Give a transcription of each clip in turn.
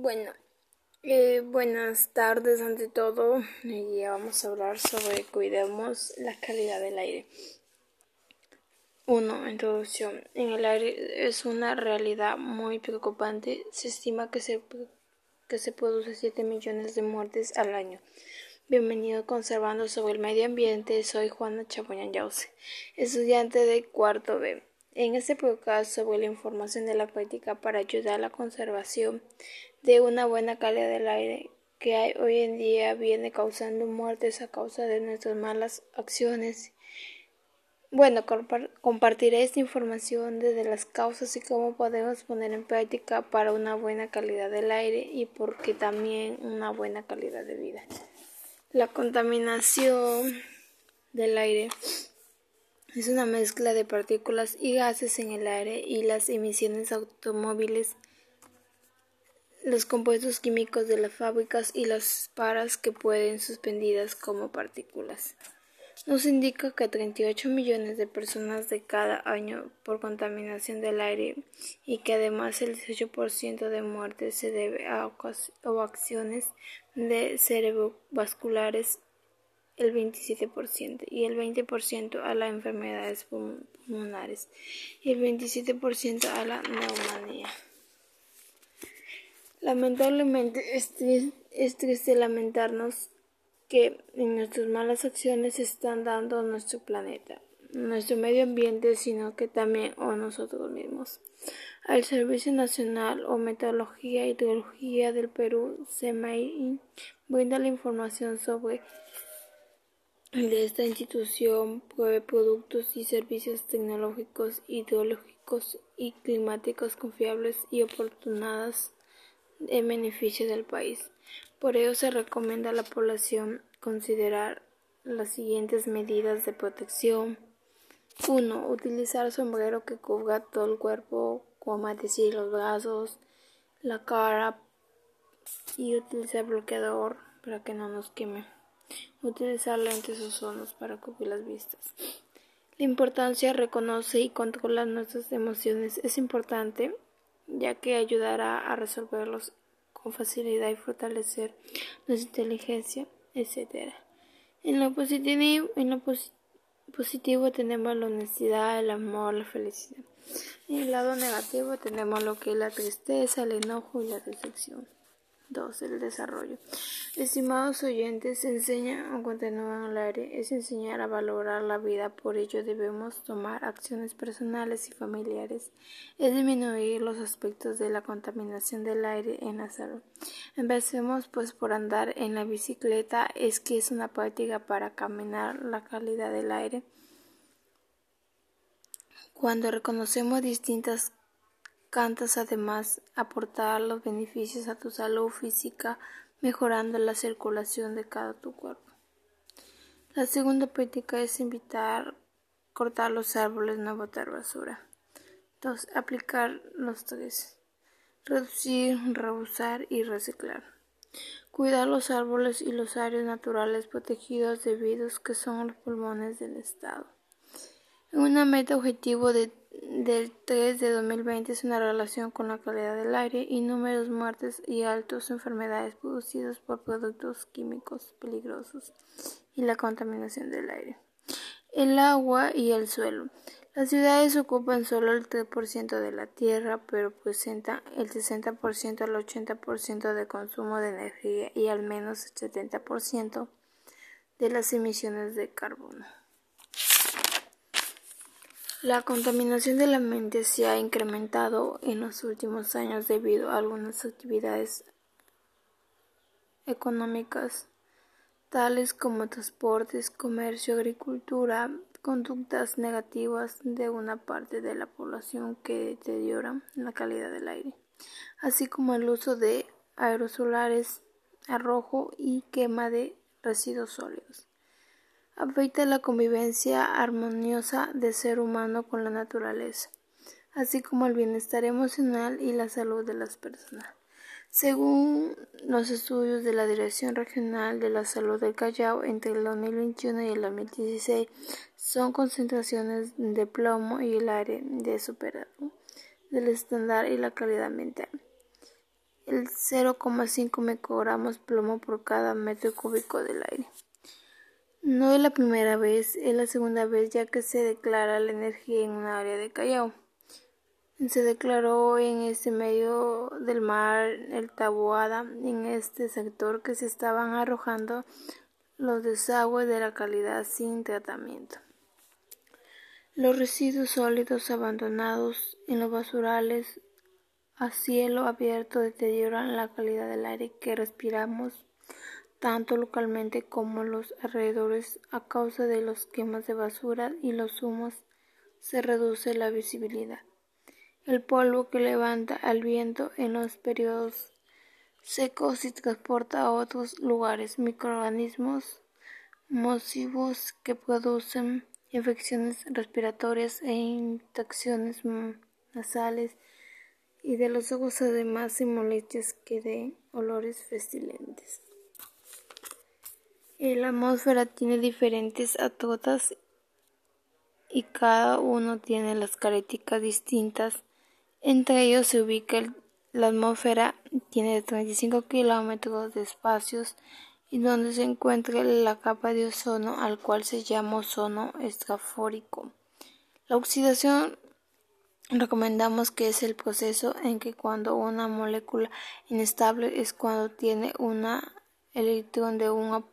Bueno, buenas tardes ante todo. Hoy día vamos a hablar sobre cuidemos la calidad del aire. 1. Introducción. En el aire es una realidad muy preocupante. Se estima que se produce 7 millones de muertes al año. Bienvenido a Conservando sobre el Medio Ambiente. Soy Juana Chapoyan Yause, estudiante de cuarto B. En este podcast sobre la información de la práctica para ayudar a la conservación de una buena calidad del aire que hay hoy en día viene causando muertes a causa de nuestras malas acciones. Compartiré esta información desde las causas y cómo podemos poner en práctica para una buena calidad del aire y porque también una buena calidad de vida. La contaminación del aire es una mezcla de partículas y gases en el aire y las emisiones de automóviles, los compuestos químicos de las fábricas y las paras que pueden suspendidas como partículas. Nos indica que 38 millones de personas de cada año por contaminación del aire y que además el 18% de muertes se debe a acciones de cerebrovasculares, el 27% y el 20% a las enfermedades pulmonares y el 27% a la neumonía. Lamentablemente es triste lamentarnos que en nuestras malas acciones se están dando a nuestro planeta, nuestro medio ambiente, sino que también a nosotros mismos. El Servicio Nacional de Meteorología y Hidrología del Perú, SEMAI, brinda la información sobre de esta institución, provee productos y servicios tecnológicos, hidrológicos y climáticos confiables y oportunados en beneficio del país. Por ello se recomienda a la población considerar las siguientes medidas de protección. 1. Utilizar sombrero que cubra todo el cuerpo, como decir los brazos, la cara, y utilizar bloqueador para que no nos queme. Utilizar lentes ozonos para cubrir las vistas. La importancia reconoce y controlar nuestras emociones es importante, ya que ayudará a resolverlos con facilidad y fortalecer nuestra inteligencia, etc. En lo positivo tenemos la honestidad, el amor, la felicidad. En el lado negativo tenemos lo que es la tristeza, el enojo y la decepción. 2. El desarrollo. Estimados oyentes, enseña o continúa en el aire es enseñar a valorar la vida, por ello debemos tomar acciones personales y familiares, es disminuir los aspectos de la contaminación del aire en la salud. Empecemos pues por andar en la bicicleta, es que es una práctica para caminar la calidad del aire. Cuando reconocemos distintas cantas, además aportar los beneficios a tu salud física, mejorando la circulación de tu cuerpo. La segunda práctica es cortar los árboles, no botar basura. 2. Aplicar los 3. Reducir, reusar y reciclar. Cuidar los árboles y los áreas naturales protegidos debido que son los pulmones del Estado. Una meta objetivo del 3 de 2020 es una relación con la calidad del aire y números muertes y altas enfermedades producidas por productos químicos peligrosos y la contaminación del aire. El agua y el suelo. Las ciudades ocupan solo el 3% de la tierra, pero presentan el 60% al 80% de consumo de energía y al menos el 70% de las emisiones de carbono. La contaminación del ambiente se ha incrementado en los últimos años debido a algunas actividades económicas, tales como transportes, comercio, agricultura, conductas negativas de una parte de la población que deterioran la calidad del aire, así como el uso de aerosoles, arrojo y quema de residuos sólidos. Afecta la convivencia armoniosa del ser humano con la naturaleza, así como el bienestar emocional y la salud de las personas. Según los estudios de la Dirección Regional de la Salud del Callao, entre el 2021 y el 2016 son concentraciones de plomo y el aire de superado del estándar y la calidad ambiental. el 0,5 microgramos plomo por cada metro cúbico del aire. No es la primera vez, es la segunda vez ya que se declara la energía en un área de Callao. Se declaró en este medio del mar el Taboada, en este sector que se estaban arrojando los desagües de la calidad sin tratamiento. Los residuos sólidos abandonados en los basurales a cielo abierto deterioran la calidad del aire que respiramos, tanto localmente como los alrededores. A causa de los quemas de basura y los humos se reduce la visibilidad. El polvo que levanta al viento en los periodos secos y transporta a otros lugares microorganismos nocivos que producen infecciones respiratorias e infecciones nasales y de los ojos, además de molestias que de olores pestilentes. La atmósfera tiene diferentes azotas y cada uno tiene las características distintas. Entre ellos se ubica la atmósfera, tiene 35 kilómetros de espacios y donde se encuentra la capa de ozono, al cual se llama ozono estratosférico. La oxidación recomendamos que es el proceso en que cuando una molécula inestable es cuando tiene un electrón de un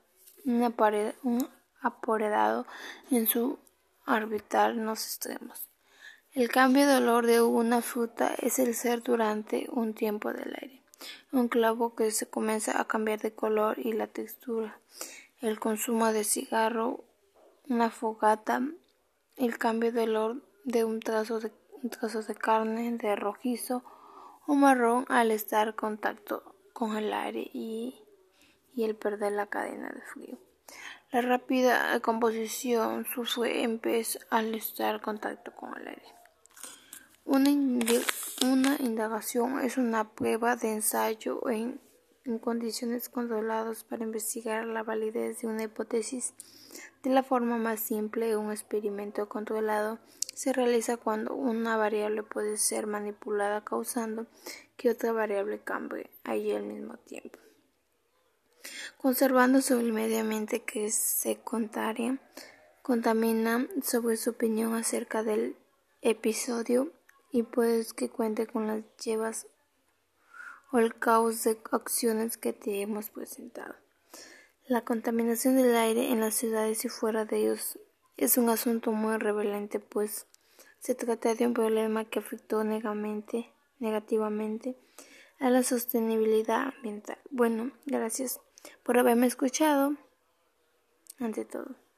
apoderado en su orbital en los extremos. El cambio de olor de una fruta es el ser durante un tiempo del aire. Un clavo que se comienza a cambiar de color y la textura. El consumo de cigarro, una fogata, el cambio de olor de un trozo de carne de rojizo o marrón al estar en contacto con el aire y el perder la cadena de frío. La rápida composición sufre en pez al estar en contacto con el aire. Una indagación es una prueba de ensayo en condiciones controladas para investigar la validez de una hipótesis. De la forma más simple, un experimento controlado se realiza cuando una variable puede ser manipulada causando que otra variable cambie allí al mismo tiempo. Conservando sobre el medio ambiente que se contamina sobre su opinión acerca del episodio y pues que cuente con las llevas o el caos de acciones que te hemos presentado. La contaminación del aire en las ciudades y fuera de ellos es un asunto muy relevante, pues se trata de un problema que afectó negativamente a la sostenibilidad ambiental. Bueno, gracias por haberme escuchado, ante todo.